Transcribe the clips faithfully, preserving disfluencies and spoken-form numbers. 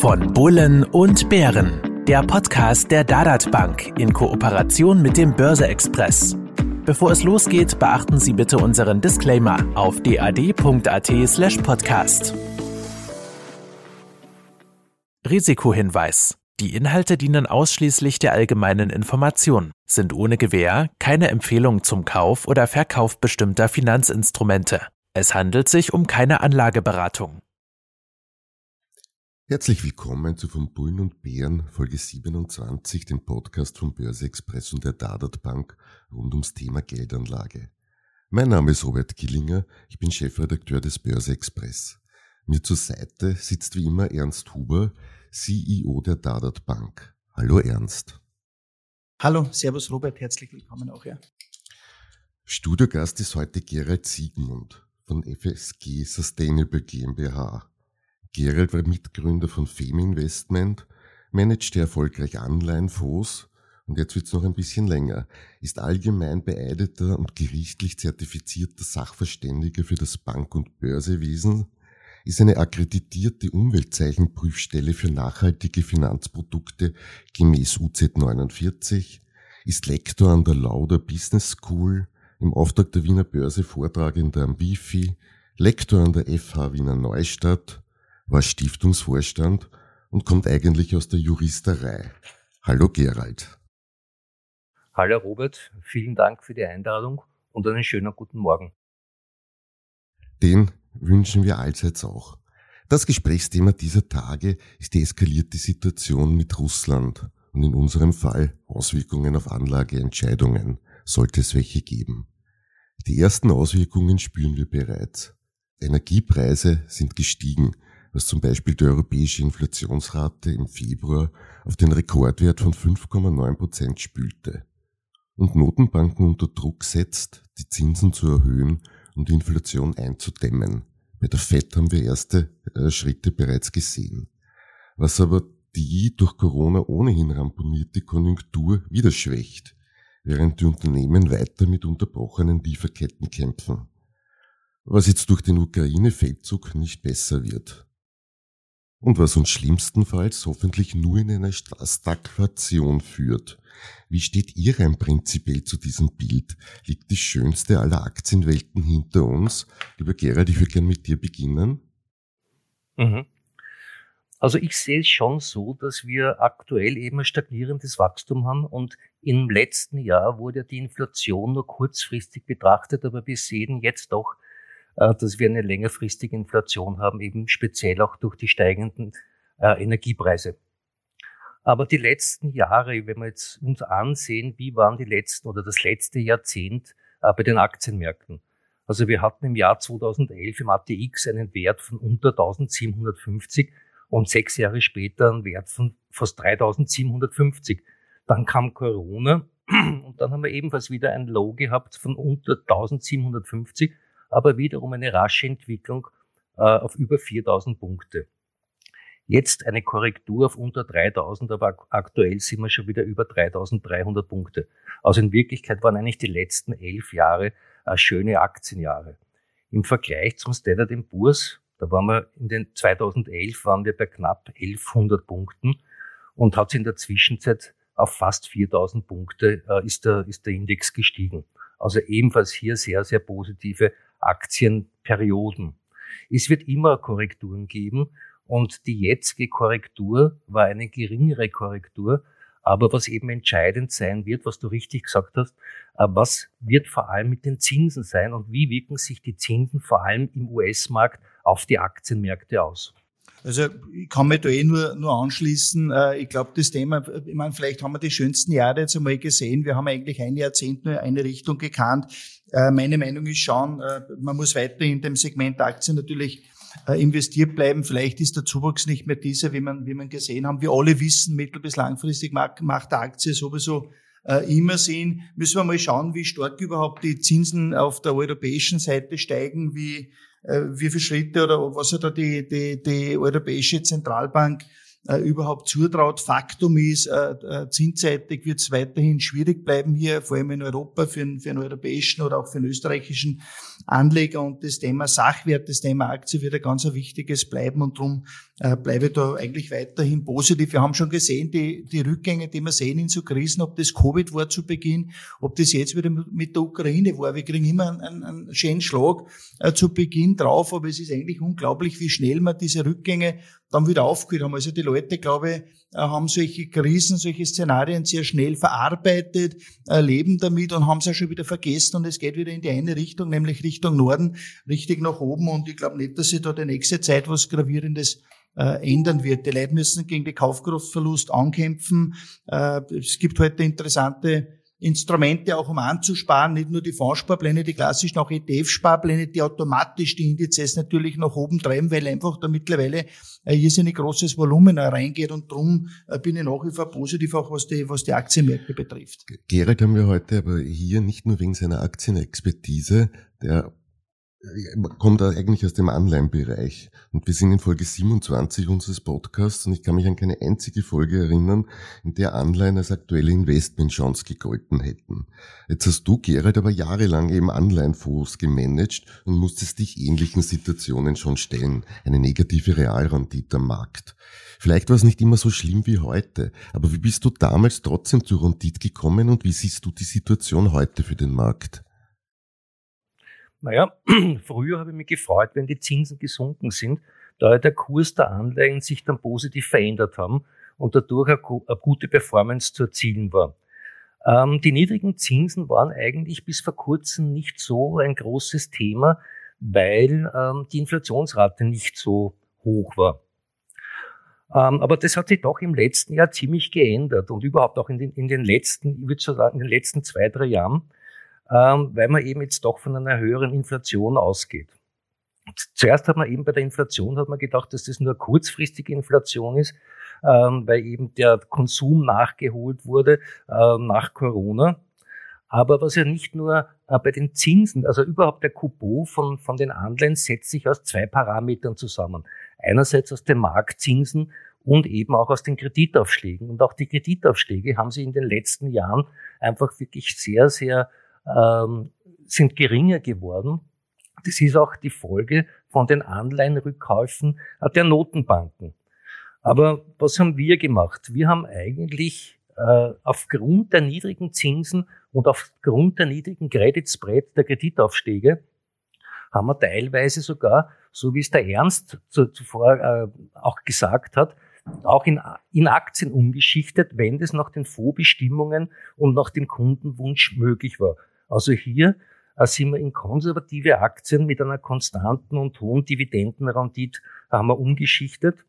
Von Bullen und Bären, der Podcast der Dadat Bank in Kooperation mit dem Börse-Express. Bevor es losgeht, beachten Sie bitte unseren Disclaimer auf dad.at slash podcast. Risikohinweis. Die Inhalte dienen ausschließlich der allgemeinen Information, sind ohne Gewähr keine Empfehlung zum Kauf oder Verkauf bestimmter Finanzinstrumente. Es handelt sich um keine Anlageberatung. Herzlich willkommen zu Von Bullen und Bären, Folge siebenundzwanzig, dem Podcast vom Börse-Express und der Dadat Bank rund ums Thema Geldanlage. Mein Name ist Robert Gillinger, ich bin Chefredakteur des Börse-Express. Mir zur Seite sitzt wie immer Ernst Huber, C E O der Dadat Bank. Hallo Ernst. Hallo, servus Robert, herzlich willkommen auch, ja. Studiogast ist heute Gerald Siegmund von F S G Sustainable GmbH. Gerald war Mitgründer von Fem Investment, managte erfolgreich Anleihenfonds und jetzt wird's noch ein bisschen länger, ist allgemein beeideter und gerichtlich zertifizierter Sachverständiger für das Bank- und Börsewesen, ist eine akkreditierte Umweltzeichenprüfstelle für nachhaltige Finanzprodukte gemäß U Z neunundvierzig, ist Lektor an der Lauder Business School, im Auftrag der Wiener Börse Vortragender am W I F I, Lektor an der F H Wiener Neustadt, war Stiftungsvorstand und kommt eigentlich aus der Juristerei. Hallo Gerald. Hallo Robert, vielen Dank für die Einladung und einen schönen guten Morgen. Den wünschen wir allseits auch. Das Gesprächsthema dieser Tage ist die eskalierte Situation mit Russland und in unserem Fall Auswirkungen auf Anlageentscheidungen, sollte es welche geben. Die ersten Auswirkungen spüren wir bereits. Energiepreise sind gestiegen, was zum Beispiel die europäische Inflationsrate im Februar auf den Rekordwert von fünf Komma neun Prozent spülte. Und Notenbanken unter Druck setzt, die Zinsen zu erhöhen, um die Inflation einzudämmen. Bei der Fed haben wir erste äh, Schritte bereits gesehen. Was aber die durch Corona ohnehin ramponierte Konjunktur wieder schwächt, während die Unternehmen weiter mit unterbrochenen Lieferketten kämpfen. Was jetzt durch den Ukraine-Feldzug nicht besser wird. Und was uns schlimmstenfalls hoffentlich nur in eine Stagflation führt. Wie steht ihr rein prinzipiell zu diesem Bild? Liegt die schönste aller Aktienwelten hinter uns? Lieber Gerald, ich würde gerne mit dir beginnen. Mhm. Also ich sehe es schon so, dass wir aktuell eben ein stagnierendes Wachstum haben und im letzten Jahr wurde die Inflation nur kurzfristig betrachtet, aber wir sehen jetzt doch, dass wir eine längerfristige Inflation haben, eben speziell auch durch die steigenden äh, Energiepreise. Aber die letzten Jahre, wenn wir jetzt uns ansehen, wie waren die letzten oder das letzte Jahrzehnt äh, bei den Aktienmärkten? Also wir hatten im Jahr zweitausendelf im A T X einen Wert von unter eintausendsiebenhundertfünfzig und sechs Jahre später einen Wert von fast dreitausendsiebenhundertfünfzig. Dann kam Corona und dann haben wir ebenfalls wieder ein Low gehabt von unter eintausendsiebenhundertfünfzig, aber wiederum eine rasche Entwicklung äh, auf über viertausend Punkte. Jetzt eine Korrektur auf unter dreitausend, aber ak- aktuell sind wir schon wieder über dreitausenddreihundert Punkte. Also in Wirklichkeit waren eigentlich die letzten elf Jahre äh, schöne Aktienjahre. Im Vergleich zum Standard and Poor's, da waren wir in den zweitausendelf waren wir bei knapp elfhundert Punkten und hat in der Zwischenzeit auf fast viertausend Punkte äh, ist, der, ist der Index gestiegen. Also ebenfalls hier sehr, sehr positive Aktienperioden. Es wird immer Korrekturen geben und die jetzige Korrektur war eine geringere Korrektur, aber was eben entscheidend sein wird, was du richtig gesagt hast, was wird vor allem mit den Zinsen sein und wie wirken sich die Zinsen vor allem im U S-Markt auf die Aktienmärkte aus? Also ich kann mich da eh nur, nur anschließen. Ich glaube, das Thema, ich meine, vielleicht haben wir die schönsten Jahre jetzt einmal gesehen. Wir haben eigentlich ein Jahrzehnt nur eine Richtung gekannt. Meine Meinung ist schon, man muss weiter in dem Segment Aktien natürlich investiert bleiben. Vielleicht ist der Zuwachs nicht mehr dieser, wie man, wie man gesehen haben. Wir alle wissen, mittel- bis langfristig macht, macht der Aktie sowieso immer Sinn. Müssen wir mal schauen, wie stark überhaupt die Zinsen auf der europäischen Seite steigen, wie wie viele Schritte oder was hat da die, die, die Europäische Zentralbank äh, überhaupt zutraut. Faktum ist, äh, zinsseitig wird es weiterhin schwierig bleiben hier, vor allem in Europa, für, einen, für einen europäischen oder auch für einen österreichischen Anleger. Und das Thema Sachwert, das Thema Aktie wird ein ganz wichtiges bleiben. Und darum äh, bleibe ich da eigentlich weiterhin positiv. Wir haben schon gesehen, die, die Rückgänge, die wir sehen in so Krisen, ob das Covid war zu Beginn, ob das jetzt wieder mit der Ukraine war. Wir kriegen immer einen, einen, einen schönen Schlag äh, zu Beginn drauf, aber es ist eigentlich unglaublich, wie schnell man diese Rückgänge dann wieder aufgehört haben. Also die Leute, glaube ich, haben solche Krisen, solche Szenarien sehr schnell verarbeitet, leben damit und haben es auch schon wieder vergessen und es geht wieder in die eine Richtung, nämlich Richtung Norden, richtig nach oben und ich glaube nicht, dass sich da die nächste Zeit was Gravierendes äh, ändern wird. Die Leute müssen gegen den Kaufkraftverlust ankämpfen. Äh, es gibt heute interessante Instrumente auch, um anzusparen, nicht nur die Fondssparpläne, die klassischen, auch E T F-Sparpläne, die automatisch die Indizes natürlich nach oben treiben, weil einfach da mittlerweile ein irrsinnig großes Volumen reingeht und darum bin ich nach wie vor positiv, auch was die, was die Aktienmärkte betrifft. Gerald haben wir heute aber hier nicht nur wegen seiner Aktienexpertise, der kommt eigentlich aus dem Anleihenbereich. Und wir sind in Folge siebenundzwanzig unseres Podcasts und ich kann mich an keine einzige Folge erinnern, in der Anleihen als aktuelle Investmentchance gegolten hätten. Jetzt hast du, Gerald, aber jahrelang eben Anleihenfonds gemanagt und musstest dich ähnlichen Situationen schon stellen. Eine negative Realrendite am Markt. Vielleicht war es nicht immer so schlimm wie heute, aber wie bist du damals trotzdem zur Rendite gekommen und wie siehst du die Situation heute für den Markt? Naja, früher habe ich mich gefreut, wenn die Zinsen gesunken sind, da der Kurs der Anleihen sich dann positiv verändert haben und dadurch eine, eine gute Performance zu erzielen war. Ähm, die niedrigen Zinsen waren eigentlich bis vor kurzem nicht so ein großes Thema, weil ähm, die Inflationsrate nicht so hoch war. Ähm, aber das hat sich doch im letzten Jahr ziemlich geändert und überhaupt auch in den, in den letzten, ich würde so sagen, in den letzten zwei, drei Jahren. Ähm, weil man eben jetzt doch von einer höheren Inflation ausgeht. Zuerst hat man eben bei der Inflation hat man gedacht, dass das nur eine kurzfristige Inflation ist, ähm, weil eben der Konsum nachgeholt wurde äh, nach Corona. Aber was ja nicht nur äh, bei den Zinsen, also überhaupt der Coupon von, von den Anleihen setzt sich aus zwei Parametern zusammen. Einerseits aus den Marktzinsen und eben auch aus den Kreditaufschlägen. Und auch die Kreditaufschläge haben sich in den letzten Jahren einfach wirklich sehr, sehr Ähm, sind geringer geworden. Das ist auch die Folge von den Anleihenrückkäufen der Notenbanken. Aber was haben wir gemacht? Wir haben eigentlich äh, aufgrund der niedrigen Zinsen und aufgrund der niedrigen Credit Spread der Kreditaufschläge haben wir teilweise sogar, so wie es der Ernst zuvor äh, auch gesagt hat, auch in, in Aktien umgeschichtet, wenn das nach den Fondsbestimmungen und nach dem Kundenwunsch möglich war. Also hier äh, sind wir in konservative Aktien mit einer konstanten und hohen Dividendenrendite haben wir umgeschichtet.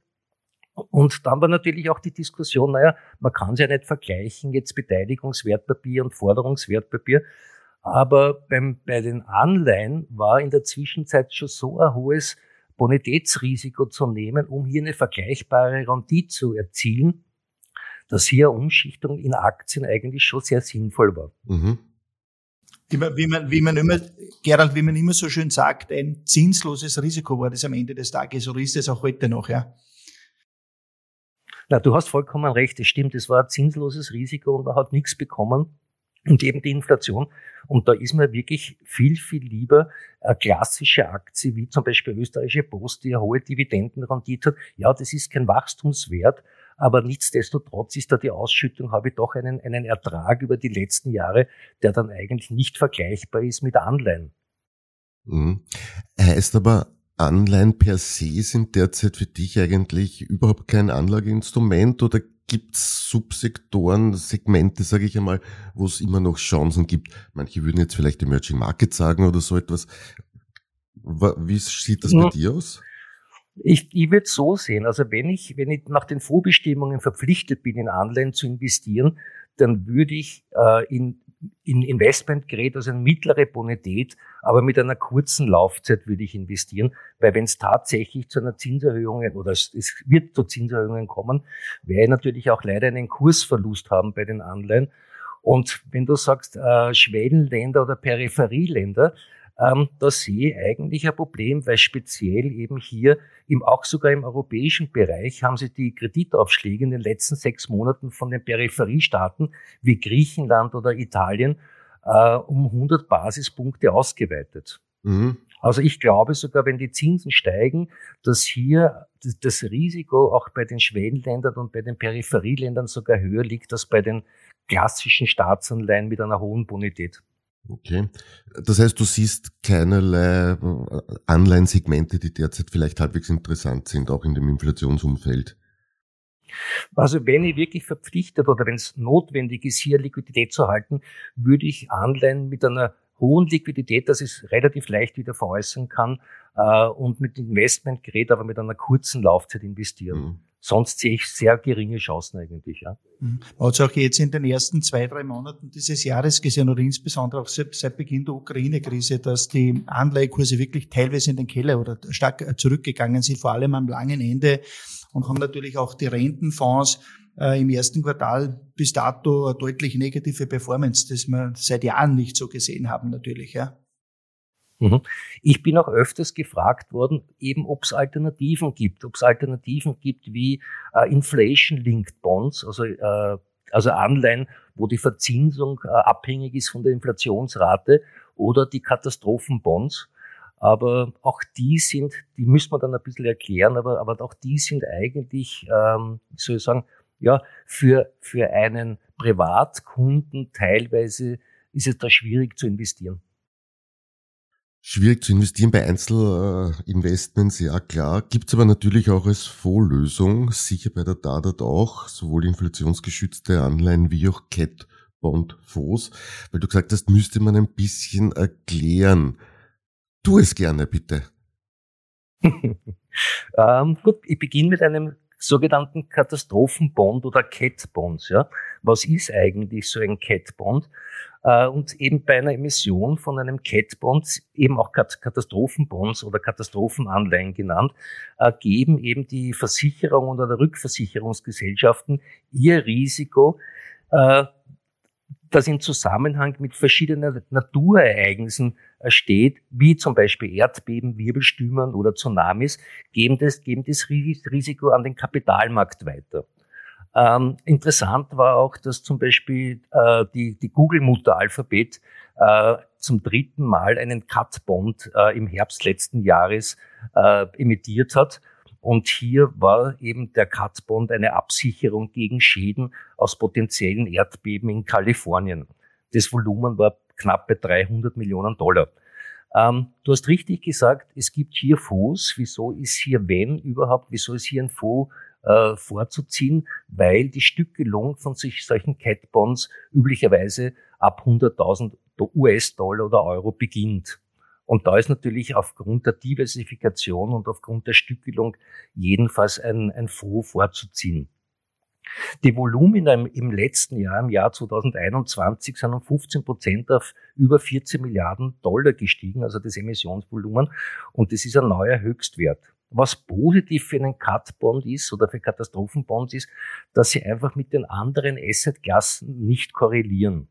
Und dann war natürlich auch die Diskussion, naja, man kann es ja nicht vergleichen, jetzt Beteiligungswertpapier und Forderungswertpapier. Aber beim, bei den Anleihen war in der Zwischenzeit schon so ein hohes Bonitätsrisiko zu nehmen, um hier eine vergleichbare Rendite zu erzielen, dass hier eine Umschichtung in Aktien eigentlich schon sehr sinnvoll war. Mhm. Wie man, wie man, wie man immer, Gerald, wie man immer so schön sagt, ein zinsloses Risiko war das am Ende des Tages, oder ist es auch heute noch, ja? Na, du hast vollkommen recht, es stimmt, es war ein zinsloses Risiko und man hat nichts bekommen und eben die Inflation. Und da ist mir wirklich viel, viel lieber eine klassische Aktie, wie zum Beispiel österreichische Post, die eine hohe Dividendenrendite hat. Ja, das ist kein Wachstumswert, aber nichtsdestotrotz ist da die Ausschüttung, habe ich doch einen, einen Ertrag über die letzten Jahre, der dann eigentlich nicht vergleichbar ist mit Anleihen. Mhm. Heißt aber, Anleihen per se sind derzeit für dich eigentlich überhaupt kein Anlageinstrument oder gibt es Subsektoren, Segmente, sage ich einmal, wo es immer noch Chancen gibt? Manche würden jetzt vielleicht Emerging Market sagen oder so etwas. Wie sieht das ja. bei dir aus? Ich, ich würde es so sehen, also wenn ich, wenn ich nach den Vorbestimmungen verpflichtet bin, in Anleihen zu investieren, dann würde ich äh, in, in Investmentgrade, also eine mittlere Bonität, aber mit einer kurzen Laufzeit würde ich investieren, weil wenn es tatsächlich zu einer Zinserhöhung oder es, es wird zu Zinserhöhungen kommen, werde ich natürlich auch leider einen Kursverlust haben bei den Anleihen. Und wenn du sagst, äh, Schwellenländer oder Peripherieländer, Ähm, da sehe ich eigentlich ein Problem, weil speziell eben hier, im, auch sogar im europäischen Bereich, haben sich die Kreditaufschläge in den letzten sechs Monaten von den Peripheriestaaten wie Griechenland oder Italien äh, um hundert Basispunkte ausgeweitet. Mhm. Also ich glaube sogar, wenn die Zinsen steigen, dass hier das Risiko auch bei den Schwellenländern und bei den Peripherieländern sogar höher liegt als bei den klassischen Staatsanleihen mit einer hohen Bonität. Okay. Das heißt, du siehst keinerlei Anleihensegmente, die derzeit vielleicht halbwegs interessant sind, auch in dem Inflationsumfeld? Also wenn ich wirklich verpflichtet oder wenn es notwendig ist, hier Liquidität zu halten, würde ich Anleihen mit einer hohen Liquidität, dass ich es relativ leicht wieder veräußern kann äh, und mit Investmentgerät, aber mit einer kurzen Laufzeit investieren. Mhm. Sonst sehe ich sehr geringe Chancen eigentlich. Ja. Man hat es auch jetzt in den ersten zwei, drei Monaten dieses Jahres gesehen oder insbesondere auch seit, seit Beginn der Ukraine-Krise, dass die Anleihekurse wirklich teilweise in den Keller oder stark zurückgegangen sind, vor allem am langen Ende, und haben natürlich auch die Rentenfonds äh, im ersten Quartal bis dato eine deutlich negative Performance, das wir seit Jahren nicht so gesehen haben natürlich. Ja. Ich bin auch öfters gefragt worden, eben ob es Alternativen gibt, ob es Alternativen gibt wie äh, Inflation-Linked Bonds, also, äh, also Anleihen, wo die Verzinsung äh, abhängig ist von der Inflationsrate, oder die Katastrophenbonds. Aber auch die sind, die müssen wir dann ein bisschen erklären, aber, aber auch die sind eigentlich, ähm, wie soll ich sagen, ja, für, für einen Privatkunden teilweise ist es da schwierig zu investieren. Schwierig zu investieren bei Einzelinvestments, ja klar. Gibt's aber natürlich auch als Fondslösung, sicher bei der D A D A T auch, sowohl inflationsgeschützte Anleihen wie auch Cat-Bond-Fonds, weil du gesagt hast, müsste man ein bisschen erklären. Tu es gerne, bitte. ähm, gut, ich beginne mit einem sogenannten Katastrophenbond oder Cat-Bonds. Ja. Was ist eigentlich so ein Cat-Bond? Äh, und eben bei einer Emission von einem Cat-Bond, eben auch Katastrophenbonds oder Katastrophenanleihen genannt, äh, geben eben die Versicherung oder Rückversicherungsgesellschaften ihr Risiko, äh, das in Zusammenhang mit verschiedenen Naturereignissen steht, wie zum Beispiel Erdbeben, Wirbelstürmen oder Tsunamis, geben das, geben das Risiko an den Kapitalmarkt weiter. Ähm, interessant war auch, dass zum Beispiel äh, die, die Google-Mutter Alphabet äh, zum dritten Mal einen Cat-Bond äh, im Herbst letzten Jahres äh, emittiert hat. Und hier war eben der Cat-Bond eine Absicherung gegen Schäden aus potenziellen Erdbeben in Kalifornien. Das Volumen war knapp bei dreihundert Millionen Dollar. Ähm, du hast richtig gesagt, es gibt hier Fonds. Wieso ist hier, wenn überhaupt, wieso ist hier ein Fonds äh, vorzuziehen? Weil die Stückelung von sich solchen Cat-Bonds üblicherweise ab hunderttausend U S-Dollar oder Euro beginnt. Und da ist natürlich aufgrund der Diversifikation und aufgrund der Stückelung jedenfalls ein, ein Fonds vorzuziehen. Die Volumina im, im letzten Jahr, im Jahr zweitausendeinundzwanzig, sind um fünfzehn Prozent auf über vierzehn Milliarden Dollar gestiegen, also das Emissionsvolumen. Und das ist ein neuer Höchstwert. Was positiv für einen Cat-Bond ist oder für Katastrophenbonds ist, dass sie einfach mit den anderen Assetklassen nicht korrelieren.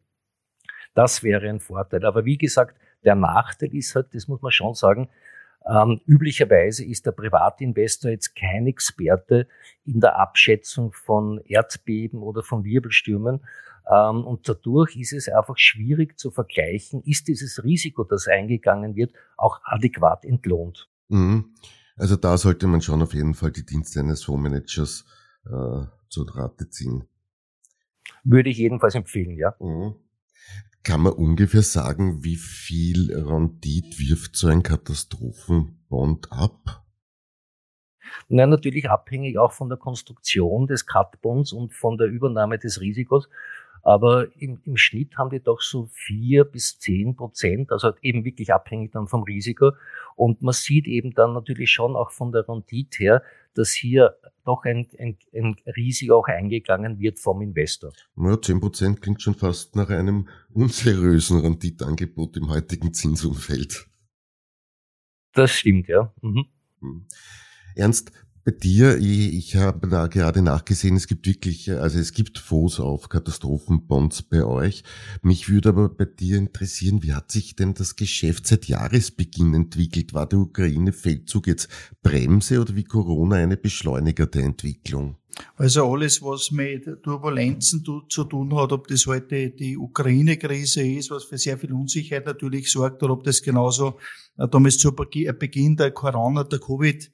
Das wäre ein Vorteil. Aber wie gesagt, der Nachteil ist halt, das muss man schon sagen, ähm, üblicherweise ist der Privatinvestor jetzt kein Experte in der Abschätzung von Erdbeben oder von Wirbelstürmen. Ähm, und dadurch ist es einfach schwierig zu vergleichen, ist dieses Risiko, das eingegangen wird, auch adäquat entlohnt. Mhm. Also da sollte man schon auf jeden Fall die Dienste eines Fondsmanagers äh, zur Rate ziehen. Würde ich jedenfalls empfehlen, ja. Mhm. Kann man ungefähr sagen, wie viel Rendite wirft so ein Katastrophenbond ab? Na, natürlich abhängig auch von der Konstruktion des Cat-Bonds und von der Übernahme des Risikos. Aber im, im Schnitt haben die doch so vier bis zehn Prozent, also eben wirklich abhängig dann vom Risiko. Und man sieht eben dann natürlich schon auch von der Rendite her, dass hier doch ein, ein, ein Risiko auch eingegangen wird vom Investor. Ja, zehn Prozent klingt schon fast nach einem unseriösen Renditeangebot im heutigen Zinsumfeld. Das stimmt, ja. Mhm. Ernst, Bei dir, ich, ich habe da gerade nachgesehen, es gibt wirklich, also es gibt Fonds auf Katastrophenbonds bei euch. Mich würde aber bei dir interessieren, wie hat sich denn das Geschäft seit Jahresbeginn entwickelt? War der Ukraine-Feldzug jetzt Bremse oder wie Corona eine Beschleuniger der Entwicklung? Also alles, was mit Turbulenzen zu tun hat, ob das heute die Ukraine-Krise ist, was für sehr viel Unsicherheit natürlich sorgt, oder ob das genauso damals zu Beginn der Corona, der Covid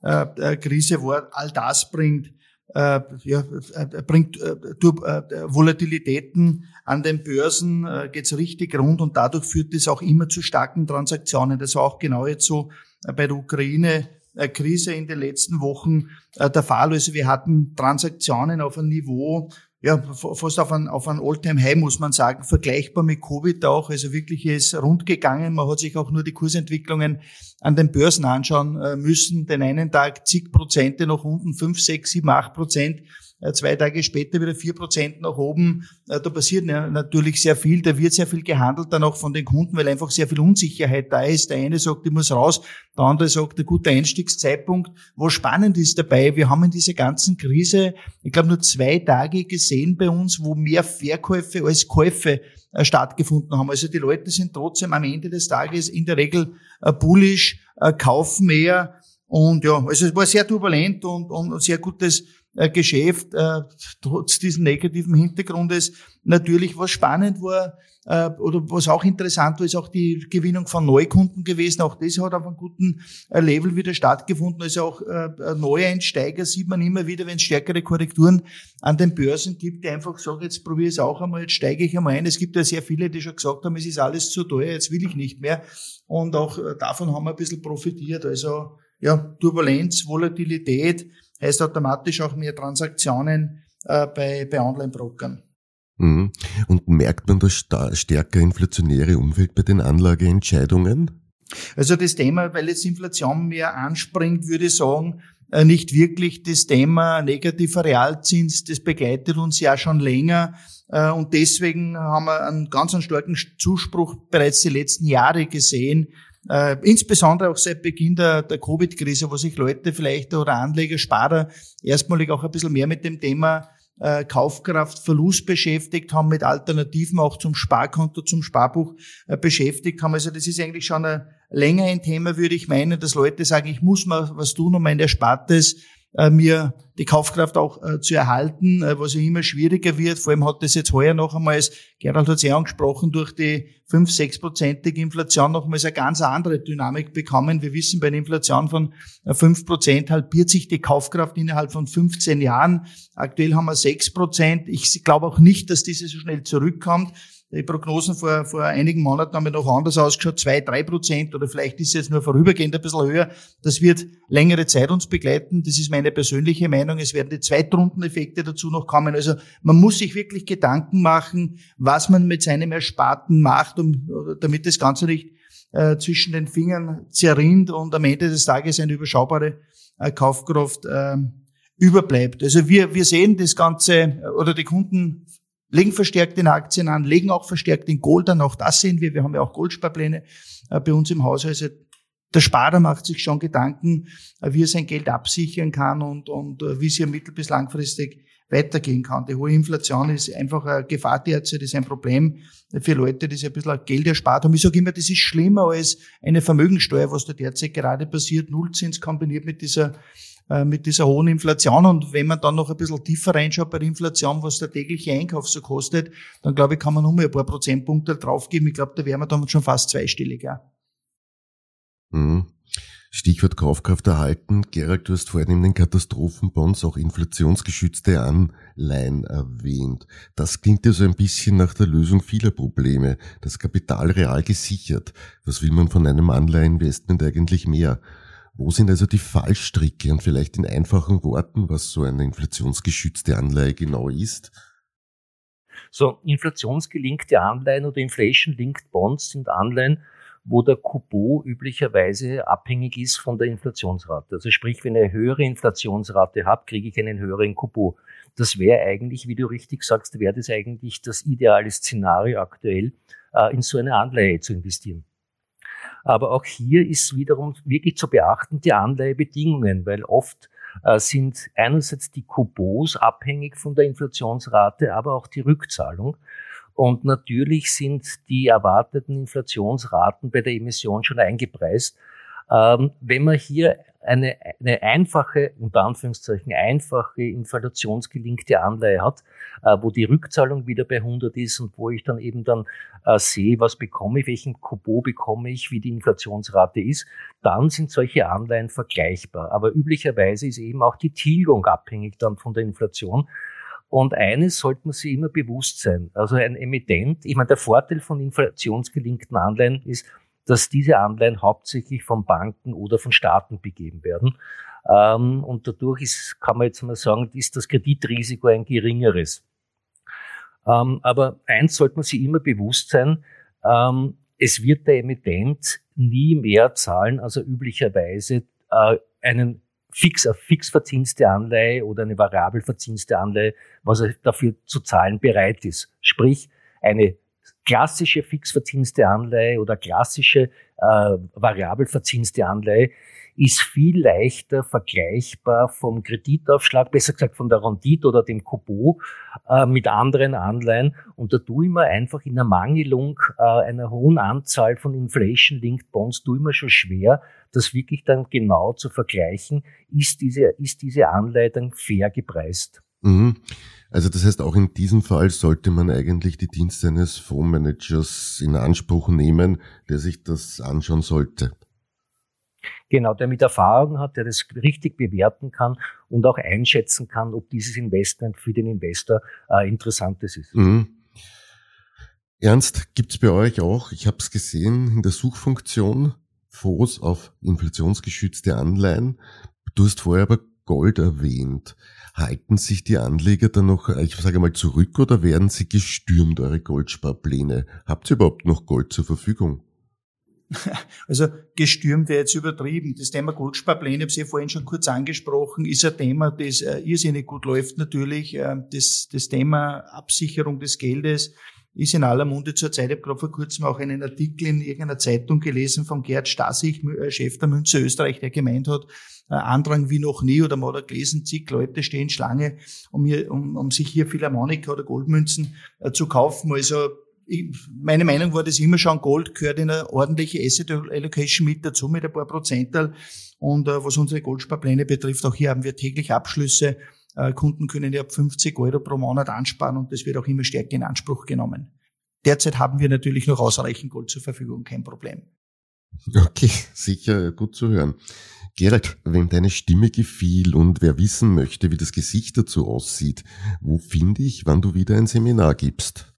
Krise war, all das bringt, äh, ja, äh, bringt äh, durch äh, Volatilitäten an den Börsen, äh, geht's richtig rund und dadurch führt es auch immer zu starken Transaktionen. Das war auch genau jetzt so äh, bei der Ukraine-Krise in den letzten Wochen äh, der Fall. Also wir hatten Transaktionen auf einem Niveau, ja, fast auf ein, auf ein All-Time-High, muss man sagen, vergleichbar mit Covid auch. Also wirklich ist rund gegangen. Man hat sich auch nur die Kursentwicklungen an den Börsen anschauen müssen. Den einen Tag zig Prozente nach unten, fünf, sechs, sieben, acht Prozent. Zwei Tage später wieder vier Prozent nach oben. Da passiert natürlich sehr viel. Da wird sehr viel gehandelt dann auch von den Kunden, weil einfach sehr viel Unsicherheit da ist. Der eine sagt, ich muss raus. Der andere sagt, ein guter Einstiegszeitpunkt. Was spannend ist dabei, wir haben in dieser ganzen Krise, ich glaube, nur zwei Tage gesehen bei uns, wo mehr Verkäufe als Käufe stattgefunden haben. Also die Leute sind trotzdem am Ende des Tages in der Regel bullish, kaufen mehr. Und ja, also es war sehr turbulent und, und sehr gutes Geschäft, äh, trotz diesem negativen Hintergrundes. Natürlich, was spannend war, äh, oder was auch interessant war, ist auch die Gewinnung von Neukunden gewesen. Auch das hat auf einem guten äh, Level wieder stattgefunden. Also auch äh, Neueinsteiger sieht man immer wieder, wenn es stärkere Korrekturen an den Börsen gibt, die einfach sagen, jetzt probiere ich es auch einmal, jetzt steige ich einmal ein. Es gibt ja sehr viele, die schon gesagt haben, es ist alles zu teuer, jetzt will ich nicht mehr. Und auch äh, davon haben wir ein bisschen profitiert. Also ja, Turbulenz, Volatilität, heißt automatisch auch mehr Transaktionen äh, bei, bei Online-Brokern. Mhm. Und merkt man das sta- stärker inflationäre Umfeld bei den Anlageentscheidungen? Also das Thema, weil jetzt Inflation mehr anspringt, würde ich sagen, äh, nicht wirklich. Das Thema negativer Realzins, das begleitet uns ja schon länger. Äh, und deswegen haben wir einen ganz einen starken Zuspruch bereits die letzten Jahre gesehen. Äh, insbesondere auch seit Beginn der, der Covid-Krise, wo sich Leute vielleicht oder Anleger, Sparer erstmalig auch ein bisschen mehr mit dem Thema äh, Kaufkraftverlust beschäftigt haben, mit Alternativen auch zum Sparkonto, zum Sparbuch äh, beschäftigt haben. Also das ist eigentlich schon ein, länger ein Thema, würde ich meinen, dass Leute sagen, ich muss mal was tun, um mein Erspartes äh, mir die Kaufkraft auch äh, zu erhalten, äh, was ja immer schwieriger wird. Vor allem hat das jetzt heuer noch einmal, Gerald hat es ja angesprochen, durch die fünf, sechs-prozentige Inflation nochmals eine ganz andere Dynamik bekommen. Wir wissen, bei einer Inflation von fünf Prozent halbiert sich die Kaufkraft innerhalb von fünfzehn Jahren. Aktuell haben wir sechs Prozent. Ich glaube auch nicht, dass diese so schnell zurückkommt. Die Prognosen vor, vor einigen Monaten haben ja noch anders ausgeschaut, zwei, drei Prozent oder vielleicht ist es jetzt nur vorübergehend ein bisschen höher. Das wird längere Zeit uns begleiten. Das ist meine persönliche Meinung. Es werden die Zweitrundeneffekte dazu noch kommen. Also man muss sich wirklich Gedanken machen, was man mit seinem Ersparten macht, um, damit das Ganze nicht äh, zwischen den Fingern zerrinnt und am Ende des Tages eine überschaubare äh, Kaufkraft äh, überbleibt. Also wir, wir sehen das Ganze, oder die Kunden legen verstärkt in Aktien an, legen auch verstärkt in Gold an. Auch das sehen wir. Wir haben ja auch Goldsparpläne äh, bei uns im Haus. Also der Sparer macht sich schon Gedanken, äh, wie er sein Geld absichern kann und, und äh, wie es hier mittel- bis langfristig weitergehen kann. Die hohe Inflation ist einfach eine Gefahr derzeit, ist ein Problem für Leute, die sich ein bisschen Geld erspart haben. Ich sage immer, das ist schlimmer als eine Vermögensteuer, was da derzeit gerade passiert. Nullzins kombiniert mit dieser mit dieser hohen Inflation. Und wenn man dann noch ein bisschen tiefer reinschaut bei der Inflation, was der tägliche Einkauf so kostet, dann glaube ich, kann man nur mal ein paar Prozentpunkte draufgeben. Ich glaube, da wären wir dann schon fast zweistellig. Ja. Stichwort Kaufkraft erhalten. Gerald, du hast vorhin in den Katastrophenbonds auch inflationsgeschützte Anleihen erwähnt. Das klingt ja so ein bisschen nach der Lösung vieler Probleme. Das Kapital real gesichert. Was will man von einem Anleiheninvestment eigentlich mehr? Wo sind also die Fallstricke und vielleicht in einfachen Worten, was so eine inflationsgeschützte Anleihe genau ist? So, inflationsgelinkte Anleihen oder Inflation-Linked Bonds sind Anleihen, wo der Coupon üblicherweise abhängig ist von der Inflationsrate. Also sprich, wenn ich eine höhere Inflationsrate habe, kriege ich einen höheren Coupon. Das wäre eigentlich, wie du richtig sagst, wäre das eigentlich das ideale Szenario aktuell, in so eine Anleihe zu investieren. Aber auch hier ist wiederum wirklich zu beachten die Anleihebedingungen, weil oft äh, sind einerseits die Coupons abhängig von der Inflationsrate, aber auch die Rückzahlung. Und natürlich sind die erwarteten Inflationsraten bei der Emission schon eingepreist. Ähm, wenn man hier eine, eine einfache, unter Anführungszeichen einfache, inflationsgelinkte Anleihe hat, äh, wo die Rückzahlung wieder bei hundert ist und wo ich dann eben dann äh, sehe, was bekomme ich, welchen Coupon bekomme ich, wie die Inflationsrate ist, dann sind solche Anleihen vergleichbar. Aber üblicherweise ist eben auch die Tilgung abhängig dann von der Inflation. Und eines sollte man sich immer bewusst sein. Also ein Emittent, ich meine, der Vorteil von inflationsgelinkten Anleihen ist, dass diese Anleihen hauptsächlich von Banken oder von Staaten begeben werden. Ähm, und dadurch ist, kann man jetzt mal sagen, ist das Kreditrisiko ein geringeres. Ähm, aber eins sollte man sich immer bewusst sein, ähm, es wird der Emittent nie mehr zahlen, als er üblicherweise äh, einen fix, fix verzinste Anleihe oder eine variabel verzinste Anleihe, was er dafür zu zahlen bereit ist. Sprich, eine klassische fix verzinste Anleihe oder klassische äh, variabel verzinste Anleihe ist viel leichter vergleichbar vom Kreditaufschlag, besser gesagt von der Rendite oder dem Coupon äh, mit anderen Anleihen. Und da tue ich mir einfach in Ermangelung äh, einer hohen Anzahl von Inflation-Linked Bonds tue ich mir schon schwer, das wirklich dann genau zu vergleichen, ist diese, ist diese Anleihe dann fair gepreist. Mhm. Also das heißt, auch in diesem Fall sollte man eigentlich die Dienste eines Fondsmanagers in Anspruch nehmen, der sich das anschauen sollte. Genau, der mit Erfahrung hat, der das richtig bewerten kann und auch einschätzen kann, ob dieses Investment für den Investor äh, interessantes ist. Mhm. Ernst, gibt's bei euch auch, ich habe es gesehen, in der Suchfunktion Fonds auf inflationsgeschützte Anleihen. Du hast vorher aber Gold erwähnt. Halten sich die Anleger dann noch, ich sage mal, zurück oder werden sie gestürmt, eure Goldsparpläne? Habt ihr überhaupt noch Gold zur Verfügung? Also gestürmt wäre jetzt übertrieben. Das Thema Goldsparpläne, ich habe es ja vorhin schon kurz angesprochen, ist ein Thema, das äh, irrsinnig gut läuft natürlich. Äh, das, das Thema Absicherung des Geldes ist in aller Munde zurzeit. Ich habe gerade vor kurzem auch einen Artikel in irgendeiner Zeitung gelesen von Gerd Stasich, Chef der Münze Österreich, der gemeint hat, äh, Andrang wie noch nie, oder man hat gelesen, zig Leute stehen Schlange, um, hier, um, um sich hier Philharmonika oder Goldmünzen äh, zu kaufen. Also ich, meine Meinung war das immer schon, Gold gehört in eine ordentliche Asset Allocation mit dazu, mit ein paar Prozental. Und äh, was unsere Goldsparpläne betrifft, auch hier haben wir täglich Abschlüsse. Äh, Kunden können ja ab fünfzig Euro pro Monat ansparen und das wird auch immer stärker in Anspruch genommen. Derzeit haben wir natürlich noch ausreichend Gold zur Verfügung, kein Problem. Okay, sicher gut zu hören. Gerald, wenn deine Stimme gefiel und wer wissen möchte, wie das Gesicht dazu aussieht, wo finde ich, wann du wieder ein Seminar gibst?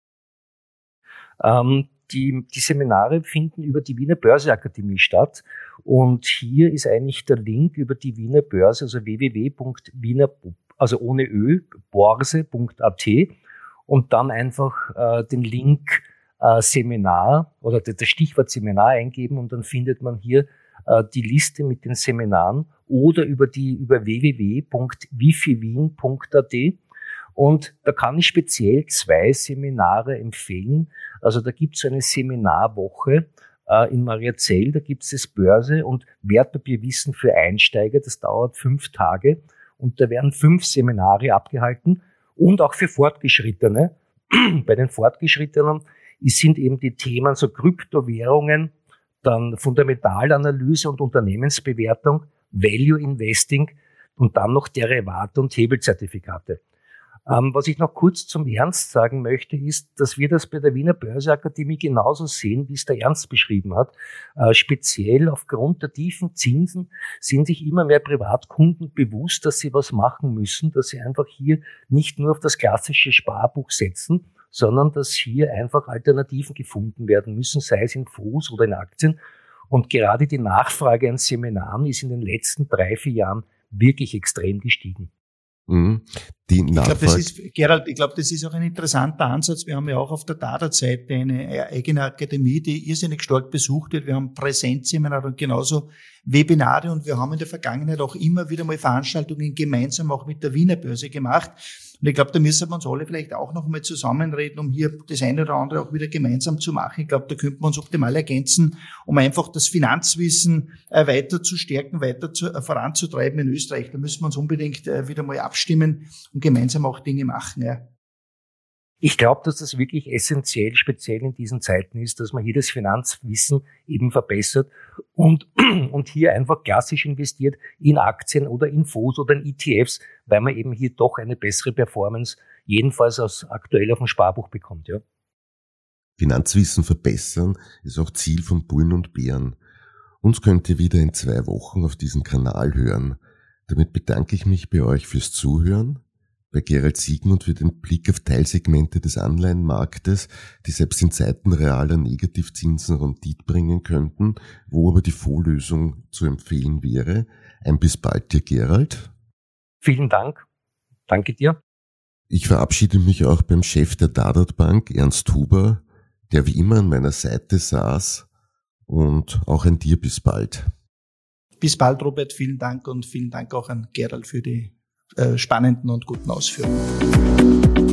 Ähm, die, die Seminare finden über die Wiener Börseakademie statt und hier ist eigentlich der Link über die Wiener Börse, also w w w punkt wiener, also ohne Ö, borse punkt a t und dann einfach äh, den Link äh, Seminar oder das Stichwort Seminar eingeben und dann findet man hier äh, die Liste mit den Seminaren oder über die über w w w punkt wifwien punkt a t. Und da kann ich speziell zwei Seminare empfehlen. Also da gibt es eine Seminarwoche äh, in Mariazell, da gibt es das Börse- und Wertpapierwissen für Einsteiger. Das dauert fünf Tage und da werden fünf Seminare abgehalten und auch für Fortgeschrittene. Bei den Fortgeschrittenen sind eben die Themen so Kryptowährungen, dann Fundamentalanalyse und Unternehmensbewertung, Value Investing und dann noch Derivate und Hebelzertifikate. Ähm, was ich noch kurz zum Ernst sagen möchte, ist, dass wir das bei der Wiener Börseakademie genauso sehen, wie es der Ernst beschrieben hat. Äh, speziell aufgrund der tiefen Zinsen sind sich immer mehr Privatkunden bewusst, dass sie was machen müssen, dass sie einfach hier nicht nur auf das klassische Sparbuch setzen, sondern dass hier einfach Alternativen gefunden werden müssen, sei es in Fonds oder in Aktien. Und gerade die Nachfrage an Seminaren ist in den letzten drei, vier Jahren wirklich extrem gestiegen. die Ich Nachfrage. glaube, das ist, Gerald, ich glaube, das ist auch ein interessanter Ansatz. Wir haben ja auch auf der Dadat-Seite eine eigene Akademie, die irrsinnig stark besucht wird. Wir haben Präsenzseminare und genauso Webinare und wir haben in der Vergangenheit auch immer wieder mal Veranstaltungen gemeinsam auch mit der Wiener Börse gemacht. Und ich glaube, da müssen wir uns alle vielleicht auch noch mal zusammenreden, um hier das eine oder andere auch wieder gemeinsam zu machen. Ich glaube, da könnten wir uns optimal ergänzen, um einfach das Finanzwissen äh, weiter zu stärken, weiter zu, äh, voranzutreiben in Österreich. Da müssen wir uns unbedingt äh, wieder mal abstimmen und gemeinsam auch Dinge machen. Ja. Ich glaube, dass das wirklich essentiell, speziell in diesen Zeiten ist, dass man hier das Finanzwissen eben verbessert und, und hier einfach klassisch investiert in Aktien oder in Fonds oder in E T Fs, weil man eben hier doch eine bessere Performance jedenfalls aus aktuell auf dem Sparbuch bekommt. Ja. Finanzwissen verbessern ist auch Ziel von Bullen und Bären. Uns könnt ihr wieder in zwei Wochen auf diesem Kanal hören. Damit bedanke ich mich bei euch fürs Zuhören. Bei Gerald Siegmund für den Blick auf Teilsegmente des Anleihenmarktes, die selbst in Zeiten realer Negativzinsen Rendite bringen könnten, wo aber die Fondslösung zu empfehlen wäre. Ein bis bald dir, Gerald. Vielen Dank. Danke dir. Ich verabschiede mich auch beim Chef der Dadat Bank, Ernst Huber, der wie immer an meiner Seite saß, und auch an dir bis bald. Bis bald, Robert. Vielen Dank und vielen Dank auch an Gerald für die spannenden und guten Ausführungen.